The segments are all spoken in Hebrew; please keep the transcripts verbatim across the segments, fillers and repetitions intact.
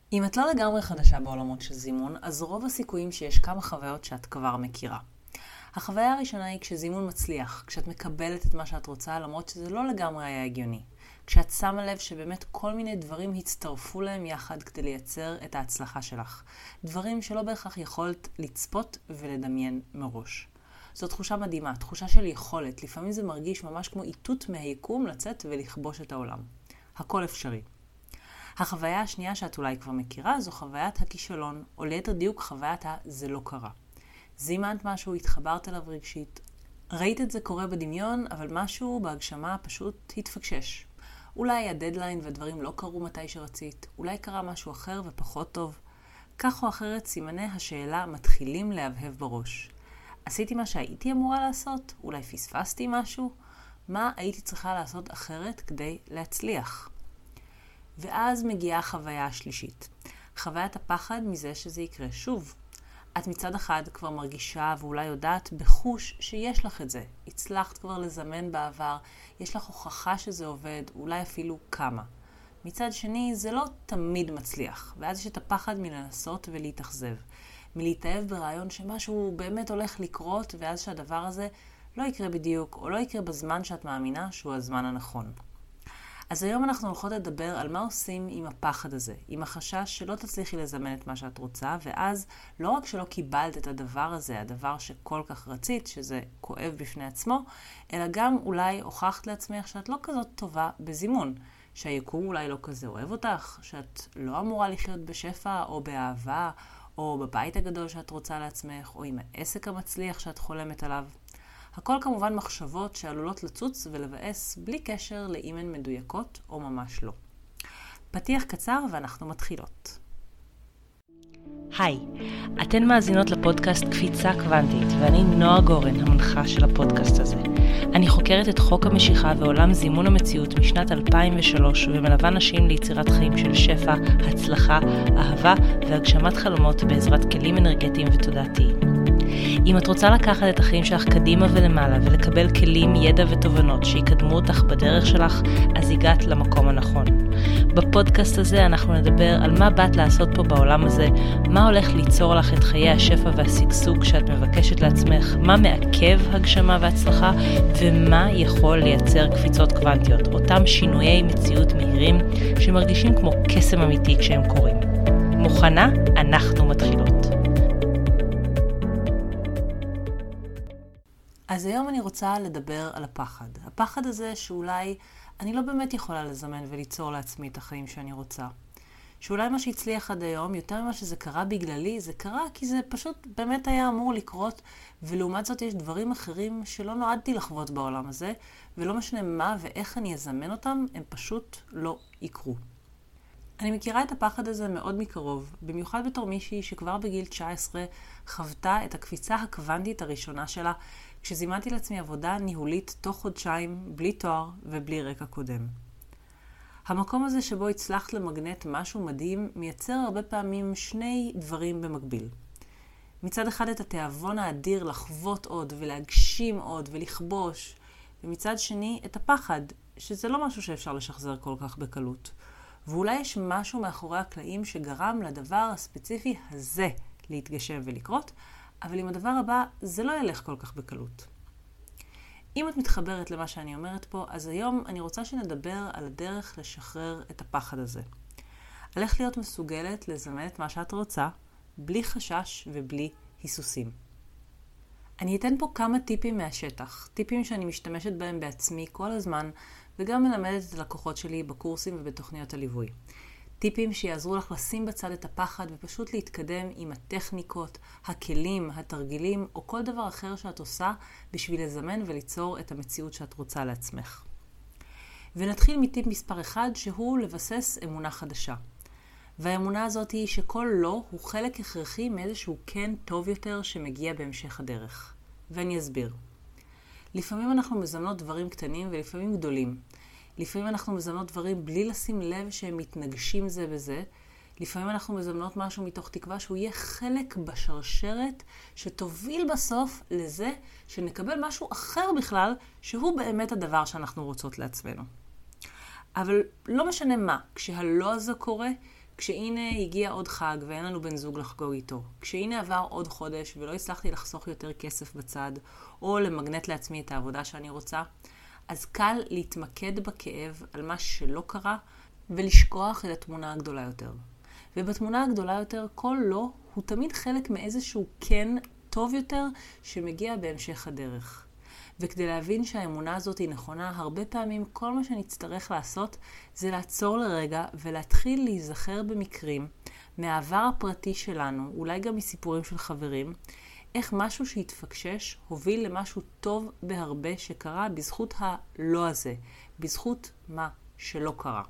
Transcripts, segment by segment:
אם את לא לגמרי חדשה בעולמות של זימון, אז רוב הסיכויים שיש כמה חוויות שאת כבר מכירה. החוויה הראשונה היא כשזימון מצליח, כשאת מקבלת את מה שאת רוצה, למרות שזה לא לגמרי היה הגיוני. כשאת שמה לב שבאמת כל מיני דברים הצטרפו להם יחד כדי לייצר את ההצלחה שלך. דברים שלא בהכרח יכולת לצפות ולדמיין מראש. זו תחושה מדהימה, תחושה של יכולת. לפעמים זה מרגיש ממש כמו איתות מהיקום לצאת ולכבוש את העולם. הכל אפשרי. החוויה השנייה שאת אולי כבר מכירה זו חוויית הכישלון, או ליתר דיוק חוויית ה"זה לא קרה". זימנת משהו, התחברת אליו רגשית. ראית את זה קורה בדמיון, אבל משהו בהגשמה פשוט התפקשש. אולי הדדליין והדברים לא קרו מתי שרצית, אולי קרה משהו אחר ופחות טוב. כך או אחרת סימני השאלה מתחילים להבהב בראש. עשיתי מה שהייתי אמורה לעשות? אולי פספסתי משהו? מה הייתי צריכה לעשות אחרת כדי להצליח? ואז מגיעה החוויה השלישית. חוויית הפחד מזה שזה יקרה שוב. את מצד אחד כבר מרגישה ואולי יודעת בחוש שיש לך את זה. הצלחת כבר לזמן בעבר, יש לך הוכחה שזה עובד, אולי אפילו כמה. מצד שני זה לא תמיד מצליח, ואז יש את הפחד מלנסות ולהתאכזב. מלהתאהב ברעיון שמשהו באמת הולך לקרות, ואז שהדבר הזה לא יקרה בדיוק, או לא יקרה בזמן שאת מאמינה שהוא הזמן הנכון. אז היום אנחנו הולכות לדבר על מה עושים עם הפחד הזה, עם החשש שלא תצליחי לזמן את מה שאת רוצה, ואז לא רק שלא קיבלת את הדבר הזה, הדבר שכל כך רצית, שזה כואב בפני עצמו, אלא גם אולי הוכחת לעצמך שאת לא כזאת טובה בזימון, שהיקום אולי לא כזה אוהב אותך, שאת לא אמורה לחיות בשפע או באהבה, או בבית הגדול שאת רוצה לעצמך, או עם העסק המצליח שאת חולמת עליו. הכל כמובן מחשבות שעלולות לצוץ ולבאס בלי קשר לאם הן מדויקות או ממש לא. פתיח קצר ואנחנו מתחילות. היי, אתן מאזינות לפודקאסט קפיצה קוונטית, ואני נועה גורן, המנחה של הפודקאסט הזה. אני חוקרת את חוק המשיכה ועולם זימון המציאות משנת אלפיים ושלוש, ומלווה נשים ליצירת חיים של שפע, הצלחה, אהבה והגשמת חלומות בעזרת כלים אנרגטיים ותודעתיים. אם את רוצה לקחת את החיים שלך קדימה ולמעלה ולקבל כלים, ידע ותובנות שיקדמו אותך בדרך שלך, אז הגעת למקום הנכון. בפודקאסט הזה אנחנו נדבר על מה באת לעשות פה בעולם הזה, מה הולך ליצור לך את חיי השפע והשגשוג שאת מבקשת לעצמך, מה מעכב הגשמה והצלחה, ומה יכול לייצר קפיצות קוונטיות, אותם שינויי מציאות מהירים שמרגישים כמו קסם אמיתי כשהם קורים. מוכנה? אנחנו מתחילות. אז היום אני רוצה לדבר על הפחד. הפחד הזה שאולי אני לא באמת יכולה לזמן וליצור לעצמי את החיים שאני רוצה. שאולי מה שהצליח עד היום, יותר ממה שזה קרה בגללי, זה קרה כי זה פשוט באמת היה אמור לקרות, ולעומת זאת יש דברים אחרים שלא נועדתי לחוות בעולם הזה, ולא משנה מה ואיך אני אזמן אותם, הם פשוט לא יקרו. אני מכירה את הפחד הזה מאוד מקרוב, במיוחד בתור מישהי שכבר בגיל תשע עשרה חוותה את הקפיצה הקוונטית הראשונה שלה, כשזימנתי לעצמי עבודה ניהולית תוך חודשיים, בלי תואר ובלי רקע קודם. המקום הזה שבו הצלחת למגנט משהו מדהים, מייצר הרבה פעמים שני דברים במקביל. מצד אחד את התיאבון האדיר לחוות עוד ולהגשים עוד ולכבוש, ומצד שני את הפחד, שזה לא משהו שאפשר לשחזר כל כך בקלות. ואולי יש משהו מאחורי הקלעים שגרם לדבר הספציפי הזה להתגשם ולקרות, אבל עם הדבר הבא זה לא ילך כל כך בקלות. אם את מתחברת למה שאני אומרת פה, אז היום אני רוצה שנדבר על הדרך לשחרר את הפחד הזה. על איך להיות מסוגלת לזמן את מה שאת רוצה, בלי חשש ובלי היסוסים. אני אתן פה כמה טיפים מהשטח, טיפים שאני משתמשת בהם בעצמי כל הזמן, וגם מלמדת את הלקוחות שלי בקורסים ובתוכניות הליווי. טיפים שיעזרו לך לשים בצד את הפחד ופשוט להתקדם עם הטכניקות, הכלים, התרגילים או כל דבר אחר שאת עושה בשביל לזמן וליצור את המציאות שאת רוצה לעצמך. ונתחיל מטיפ מספר אחד שהוא לבסס אמונה חדשה. והאמונה הזאת היא שכל לא הוא חלק הכרחי מאיזשהו כן טוב יותר שמגיע בהמשך הדרך. ואני אסביר. לפעמים אנחנו מזמנות דברים קטנים ולפעמים גדולים. לפעמים אנחנו מזמנות דברים בלי לשים לב שהם מתנגשים זה בזה. לפעמים אנחנו מזמנות משהו מתוך תקווה שהוא יהיה חלק בשרשרת שתוביל בסוף לזה שנקבל משהו אחר בכלל שהוא באמת הדבר שאנחנו רוצות לעצמנו. אבל לא משנה מה, כשהלא הזה קורה, כשהנה הגיע עוד חג ואין לנו בן זוג לחגוג איתו. כשהנה עבר עוד חודש ולא הצלחתי לחסוך יותר כסף בצד, או למגנט לעצמי את העבודה שאני רוצה, אז קל להתמקד בכאב על מה שלא קרה ולשכוח את התמונה הגדולה יותר. ובתמונה הגדולה יותר, כל לא הוא תמיד חלק מאיזשהו כן טוב יותר שמגיע בהמשך הדרך. וכדי להבין שהאמונה הזאת היא נכונה, הרבה פעמים כל מה שנצטרך לעשות זה לעצור לרגע ולהתחיל להיזכר במקרים מהעבר הפרטי שלנו, אולי גם מסיפורים של חברים, איך משהו שהתפקשש הוביל למשהו טוב בהרבה שקרה בזכות הלא הזה, בזכות מה שלא קרה.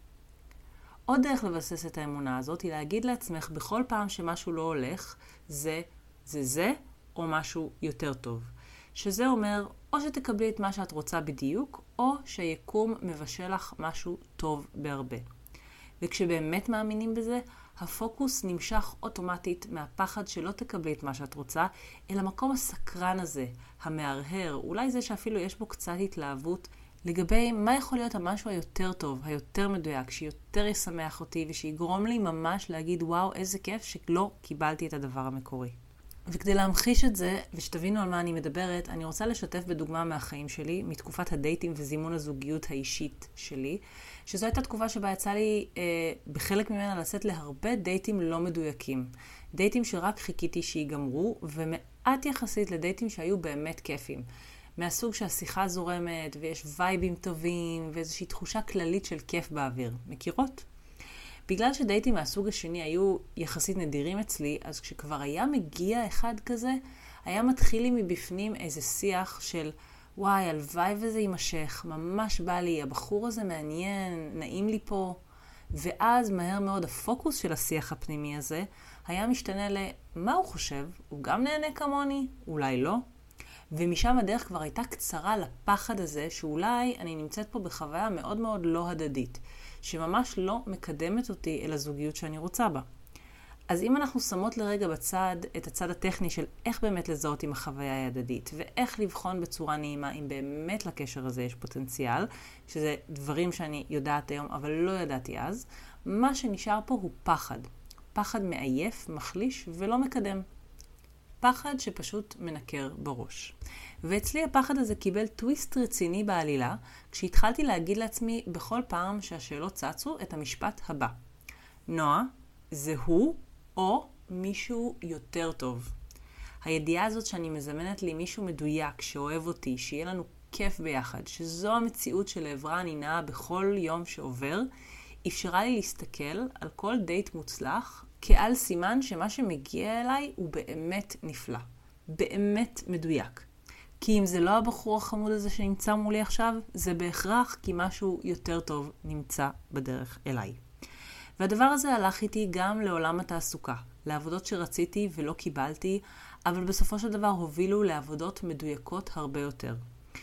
עוד דרך לבסס את האמונה הזאת היא להגיד לעצמך בכל פעם שמשהו לא הולך, זה זה זה או משהו יותר טוב. שזה אומר או שתקבלי את מה שאת רוצה בדיוק, או שהיקום מבשל לך משהו טוב בהרבה. וכשבאמת מאמינים בזה, הפוקוס נמשך אוטומטית מהפחד שלא תקבלי את מה שאת רוצה, אל המקום הסקרן הזה, המארהר, אולי זה שאפילו יש בו קצת התלהבות, לגבי מה יכול להיות המשהו היותר טוב, היותר מדויק, שיותר ישמח אותי ושיגרום לי ממש להגיד וואו איזה כיף שלא קיבלתי את הדבר המקורי. וכדי להמחיש את זה ושתבינו על מה אני מדברת, אני רוצה לשתף בדוגמה מהחיים שלי, מתקופת הדייטים וזימון הזוגיות האישית שלי, שזו הייתה תקופה שבה יצא לי אה, בחלק ממנה לצאת להרבה דייטים לא מדויקים. דייטים שרק חיכיתי שיגמרו, ומעט יחסית לדייטים שהיו באמת כיפים. מהסוג שהשיחה זורמת ויש וייבים טובים ואיזושהי תחושה כללית של כיף באוויר. מכירות? בגלל שדייטים מהסוג השני היו יחסית נדירים אצלי, אז כשכבר היה מגיע אחד כזה, היה מתחיל לי מבפנים איזה שיח של וואי, הלוואי וזה יימשך, ממש בא לי, הבחור הזה מעניין, נעים לי פה. ואז מהר מאוד הפוקוס של השיח הפנימי הזה היה משתנה למה הוא חושב, הוא גם נהנה כמוני, אולי לא. ומשם הדרך כבר הייתה קצרה לפחד הזה שאולי אני נמצאת פה בחוויה מאוד מאוד לא הדדית, שממש לא מקדמת אותי אל הזוגיות שאני רוצה בה. אז אם אנחנו שמות לרגע בצד את הצד הטכני של איך באמת לזהות עם החוויה ההדדית, ואיך לבחון בצורה נעימה אם באמת לקשר הזה יש פוטנציאל, שזה דברים שאני יודעת היום אבל לא ידעתי אז, מה שנשאר פה הוא פחד. פחד מעייף, מחליש ולא מקדם. פחד שפשוט מנקר בראש. ואצלי הפחד הזה קיבל טוויסט רציני בעלילה, כשהתחלתי להגיד לעצמי בכל פעם שהשאלות צצו את המשפט הבא. נועה, זה הוא או מישהו יותר טוב. הידיעה הזאת שאני מזמנת לי מישהו מדויק, שאוהב אותי, שיהיה לנו כיף ביחד, שזו המציאות שלעברה אני נעה בכל יום שעובר, אפשרה לי להסתכל על כל דייט מוצלח, כעל סימן שמה שמגיע אליי הוא באמת נפלא. באמת מדויק. כי אם זה לא הבחור החמוד הזה שנמצא מולי עכשיו, זה בהכרח כי משהו יותר טוב נמצא בדרך אליי. והדבר הזה הלך איתי גם לעולם התעסוקה, לעבודות שרציתי ולא קיבלתי, אבל בסופו של דבר הובילו לעבודות מדויקות הרבה יותר.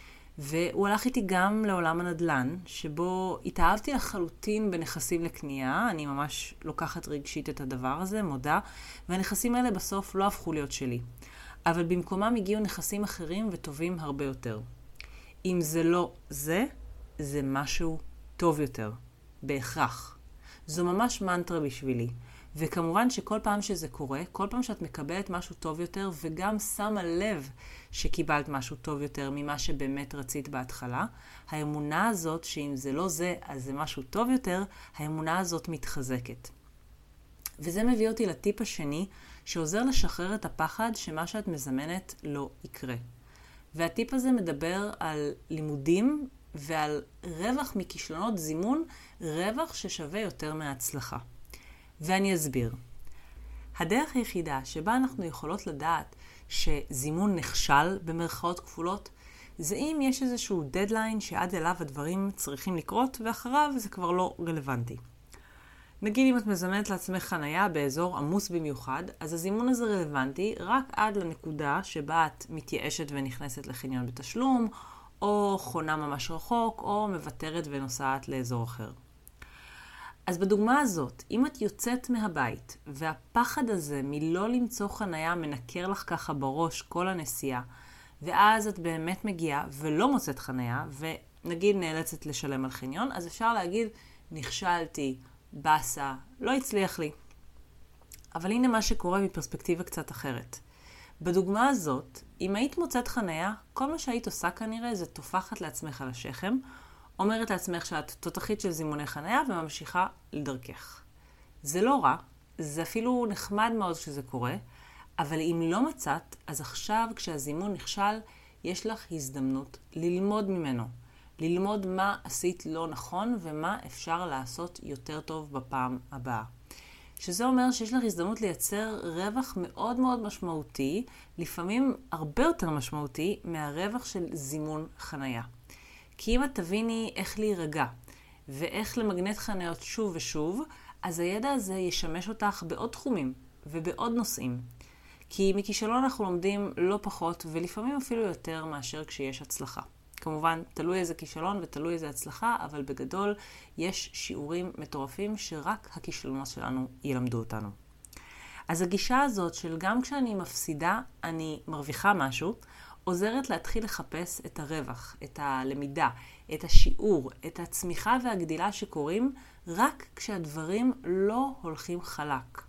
והוא הלך איתי גם לעולם הנדל"ן, שבו התאהבתי לחלוטין בנכסים לקנייה, אני ממש לוקחת רגשית את הדבר הזה, מודה, והנכסים האלה בסוף לא הפכו להיות שלי. אבל במקומם הגיעו נכסים אחרים וטובים הרבה יותר. אם זה לא זה, זה משהו טוב יותר. בהכרח. זו ממש מנטרה בשבילי. וכמובן שכל פעם שזה קורה, כל פעם שאת מקבלת משהו טוב יותר, וגם שמה לב שקיבלת משהו טוב יותר ממה שבאמת רצית בהתחלה, האמונה הזאת שאם זה לא זה, אז זה משהו טוב יותר, האמונה הזאת מתחזקת. וזה מביא אותי לטיפ השני, שעוזר לשחרר את הפחד שמה שאת מזמנת לא יקרה. והטיפ הזה מדבר על לימודים ועל רווח מכישלונות זימון, רווח ששווה יותר מההצלחה. ואני אסביר. הדרך היחידה שבה אנחנו יכולות לדעת שזימון נכשל במרכאות כפולות, זה אם יש איזשהו דדליין שעד אליו הדברים צריכים לקרות, ואחריו זה כבר לא רלוונטי. נגיד אם את מזמנת לעצמך חנייה באזור עמוס במיוחד, אז הזימון הזה רלוונטי רק עד לנקודה שבה את מתייאשת ונכנסת לחניון בתשלום, או חונה ממש רחוק, או מוותרת ונוסעת לאזור אחר. אז בדוגמה הזאת, אם את יוצאת מהבית, והפחד הזה מלא למצוא חנייה מנקר לך ככה בראש כל הנסיעה, ואז את באמת מגיעה ולא מוצאת חנייה, ונגיד נאלצת לשלם על חניון, אז אפשר להגיד, נכשלתי, בסה, לא הצליח לי. אבל הנה מה שקורה מפרספקטיבה קצת אחרת. בדוגמה הזאת, אם היית מוצאת חניה, כל מה שהיית עושה כנראה זה תופחת לעצמך על השכם, אומרת לעצמך שאת תותחית של זימוני חניה וממשיכה לדרכך. זה לא רע, זה אפילו נחמד מאוד שזה קורה, אבל אם לא מצאת, אז עכשיו כשהזימון נכשל, יש לך הזדמנות ללמוד ממנו. ללמוד מה עשית לא נכון ומה אפשר לעשות יותר טוב בפעם הבאה. שזה אומר שיש לך הזדמנות לייצר רווח מאוד מאוד משמעותי, לפעמים הרבה יותר משמעותי מהרווח של זימון חנייה. כי אם את תביני איך להירגע ואיך למגנט חניות שוב ושוב, אז הידע הזה ישמש אותך בעוד תחומים ובעוד נושאים. כי מכישלון אנחנו לומדים לא פחות ולפעמים אפילו יותר מאשר כשיש הצלחה. כמובן, תלוי איזה כישלון ותלוי איזה הצלחה, אבל בגדול יש שיעורים מטורפים שרק הכישלונות שלנו ילמדו אותנו. אז הגישה הזאת של גם כשאני מפסידה, אני מרוויחה משהו, עוזרת להתחיל לחפש את הרווח, את הלמידה, את השיעור, את הצמיחה והגדילה שקורים, רק כשהדברים לא הולכים חלק.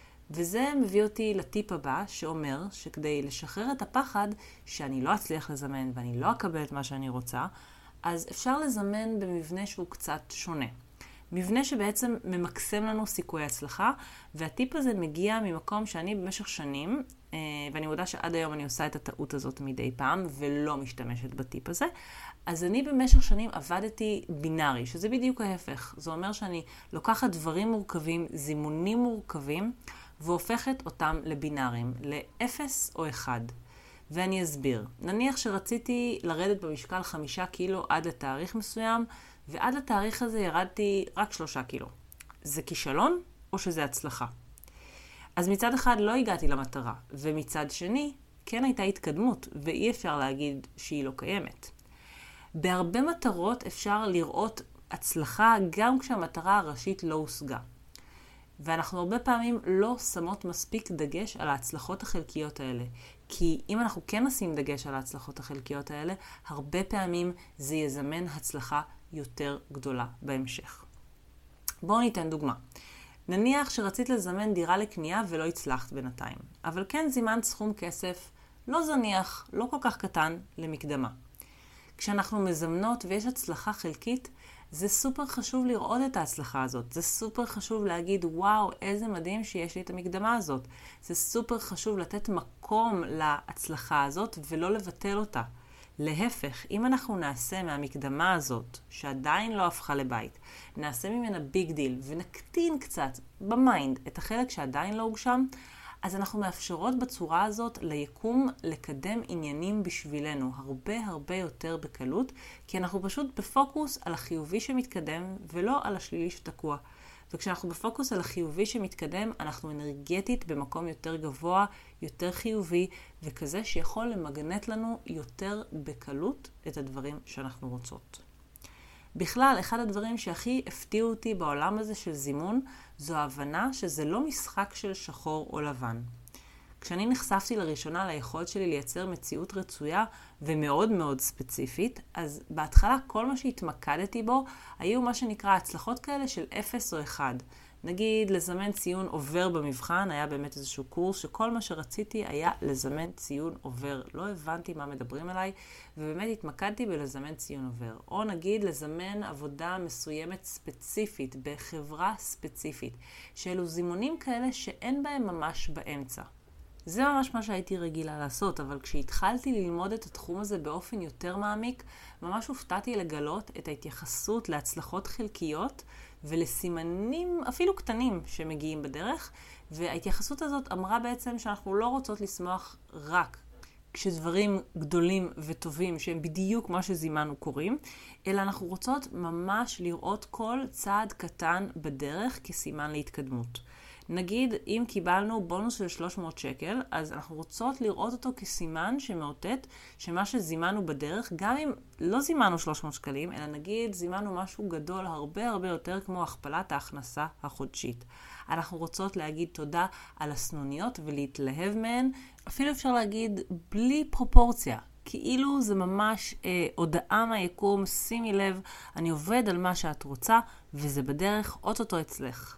וזה מביא אותי לטיפ הבא שאומר שכדי לשחרר את הפחד שאני לא אצליח לזמן ואני לא אקבל את מה שאני רוצה, אז אפשר לזמן במבנה שהוא קצת שונה. מבנה שבעצם ממקסם לנו סיכוי הצלחה, והטיפ הזה מגיע ממקום שאני במשך שנים, ואני מודה שעד היום אני עושה את הטעות הזאת מדי פעם ולא משתמשת בטיפ הזה, אז אני במשך שנים עבדתי בינארי, שזה בדיוק ההפך. זה אומר שאני לוקחת דברים מורכבים, זימונים מורכבים, והופכת אותם לבינארים, לאפס או אחד. ואני אסביר. נניח שרציתי לרדת במשקל חמישה קילו עד לתאריך מסוים, ועד לתאריך הזה ירדתי רק שלושה קילו. זה כישלון או שזה הצלחה? אז מצד אחד לא הגעתי למטרה, ומצד שני כן הייתה התקדמות, ואי אפשר להגיד שהיא לא קיימת. בהרבה מטרות אפשר לראות הצלחה גם כשהמטרה הראשית לא הושגה. ואנחנו הרבה פעמים לא שמות מספיק דגש על ההצלחות החלקיות האלה. כי אם אנחנו כן נשים דגש על ההצלחות החלקיות האלה, הרבה פעמים זה יזמן הצלחה יותר גדולה בהמשך. בואו ניתן דוגמה. נניח שרצית לזמן דירה לקנייה ולא הצלחת בינתיים. אבל כן זימנת סכום כסף לא זניח, לא כל כך קטן, למקדמה. כשאנחנו מזמנות ויש הצלחה חלקית, זה סופר חשוב לראות את ההצלחה הזאת. זה סופר חשוב להגיד, וואו, איזה מדהים שיש לי את המקדמה הזאת. זה סופר חשוב לתת מקום להצלחה הזאת ולא לבטל אותה. להפך, אם אנחנו נעשה מהמקדמה הזאת, שעדיין לא הפכה לבית, נעשה ממנה ביג דיל ונקטין קצת במיינד את החלק שעדיין לא הוגשם, אז אנחנו מאפשרות בצורה הזאת ליקום לקדם עניינים בשבילנו הרבה הרבה יותר בקלות, כי אנחנו פשוט בפוקוס על החיובי שמתקדם ולא על השלילי שתקוע. וכשאנחנו בפוקוס על החיובי שמתקדם, אנחנו אנרגטית במקום יותר גבוה, יותר חיובי, וכזה שיכול למגנט לנו יותר בקלות את הדברים שאנחנו רוצות. בכלל, אחד הדברים שהכי הפתיעו אותי בעולם הזה של זימון, זו ההבנה שזה לא משחק של שחור או לבן. כשאני נחשפתי לראשונה ליכולת שלי לייצר מציאות רצויה ומאוד מאוד ספציפית, אז בהתחלה כל מה שהתמקדתי בו היו מה שנקרא הצלחות כאלה של אפס או אחד. נגיד, לזמן ציון עובר במבחן, היה באמת איזשהו קורס שכל מה שרציתי היה לזמן ציון עובר. לא הבנתי מה מדברים עליי, ובאמת התמקדתי בלזמן ציון עובר. או נגיד, לזמן עבודה מסוימת ספציפית, בחברה ספציפית, שאלו זימונים כאלה שאין בהם ממש באמצע. זה ממש מה שהייתי רגילה לעשות, אבל כשהתחלתי ללמוד את התחום הזה באופן יותר מעמיק, ממש הופתעתי לגלות את ההתייחסות להצלחות חלקיות ולסימנים אפילו קטנים שמגיעים בדרך, וההתייחסות הזאת אמרה בעצם שאנחנו לא רוצות לשמוח רק כשדברים גדולים וטובים שהם בדיוק מה שזימנו קורים, אלא אנחנו רוצות ממש לראות כל צעד קטן בדרך כסימן להתקדמות. נגיד, אם קיבלנו בונוס של שלוש מאות שקל, אז אנחנו רוצות לראות אותו כסימן שמאותת שמה שזימנו בדרך, גם אם לא זימנו שלוש מאות שקלים, אלא נגיד זימנו משהו גדול הרבה הרבה יותר כמו הכפלת ההכנסה החודשית. אנחנו רוצות להגיד תודה על הסנוניות ולהתלהב מהן, אפילו אפשר להגיד בלי פרופורציה, כאילו זה ממש אה, הודעה מהיקום, שימי לב, אני עובד על מה שאת רוצה, וזה בדרך אוטוטו אצלך.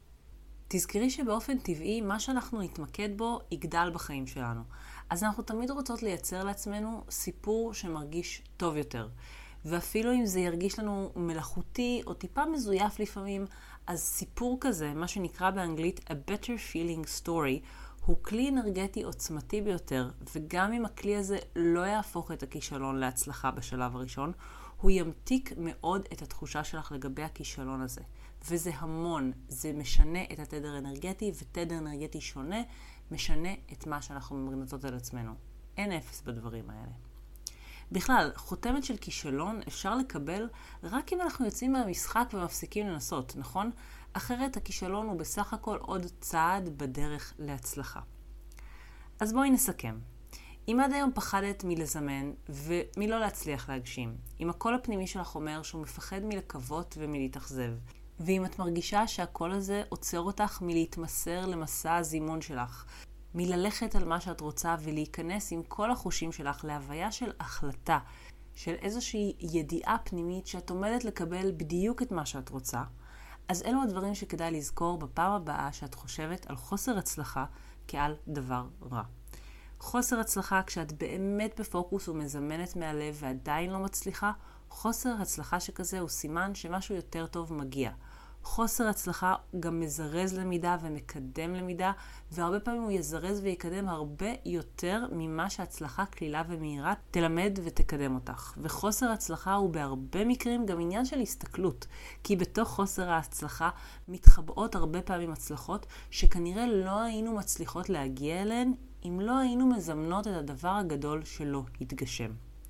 תזכרי שבאופן טבעי, מה שאנחנו נתמקד בו יגדל בחיים שלנו. אז אנחנו תמיד רוצות לייצר לעצמנו סיפור שמרגיש טוב יותר. ואפילו אם זה ירגיש לנו מלאכותי או טיפה מזויף לפעמים, אז סיפור כזה, מה שנקרא באנגלית a better feeling story, הוא כלי אנרגטי עוצמתי ביותר, וגם אם הכלי הזה לא יהפוך את הכישלון להצלחה בשלב הראשון, הוא ימתיק מאוד את התחושה שלך לגבי הכישלון הזה. וזה המון, זה משנה את התדר האנרגטי, ותדר אנרגטי שונה משנה את מה שאנחנו מגנטות על עצמנו. אין אפס בדברים האלה. בכלל, חותמת של כישלון אפשר לקבל רק אם אנחנו יוצאים מהמשחק ומפסיקים לנסות, נכון? אחרת הכישלון הוא בסך הכל עוד צעד בדרך להצלחה. אז בואי נסכם. אם עד היום פחדת מלזמן ומלא להצליח להגשים, אם הקול הפנימי שלך אומר שהוא מפחד מלקוות ומלהתאכזב, ואם את מרגישה שהקול הזה עוצר אותך מלהתמסר למסע הזימון שלך, מללכת על מה שאת רוצה ולהיכנס עם כל החושים שלך להוויה של החלטה, של איזושהי ידיעה פנימית שאת עומדת לקבל בדיוק את מה שאת רוצה, אז אלו הדברים שכדאי לזכור בפעם הבאה שאת חושבת על חוסר הצלחה כעל דבר רע. חוסר הצלחה כשאת באמת בפוקוס ומזמנת מהלב ועדיין לא מצליחה, חוסר הצלחה שכזה הוא סימן שמשהו יותר טוב מגיע. חוסר הצלחה גם מזרז למידה ומקדם למידה, והרבה פעמים הוא יזרז ויקדם הרבה יותר ממה שהצלחה כלילה ומהירה תלמד ותקדם אותך. וחוסר הצלחה הוא בהרבה מקרים גם עניין של הסתכלות, כי בתוך חוסר ההצלחה מתחבאות הרבה פעמים הצלחות שכנראה לא היינו מצליחות להגיע אליהן אם לא היינו מזמנות את הדבר הגדול שלא יתגשם.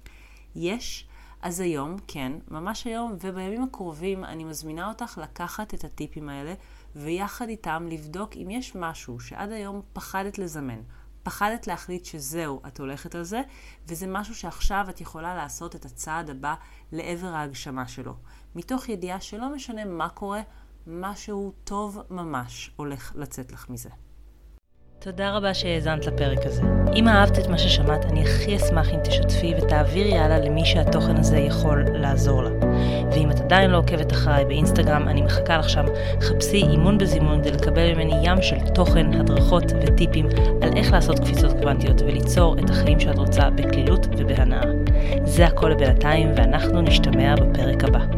יש אז היום, כן, ממש היום ובימים הקרובים אני מזמינה אותך לקחת את הטיפים האלה ויחד איתם לבדוק אם יש משהו שעד היום פחדת לזמן, פחדת להחליט שזהו, את הולכת על זה, וזה משהו שעכשיו את יכולה לעשות את הצעד הבא לעבר ההגשמה שלו. מתוך ידיעה שלא משנה מה קורה, משהו טוב ממש הולך לצאת לך מזה. תודה רבה שהאזנת לפרק הזה. אם אהבת את מה ששמעת, אני הכי אשמח אם תשתפי ותעבירי הלאה למי שהתוכן הזה יכול לעזור לה. ואם את עדיין לא עוקבת אחריי באינסטגרם, אני מחכה לך שם, חפשי אימון בזימון כדי לקבל ממני ים של תוכן, הדרכות וטיפים על איך לעשות קפיצות קוונטיות וליצור את החיים שאת רוצה בקלילות ובהנאה. זה הכל לבינתיים, ואנחנו נשתמע בפרק הבא.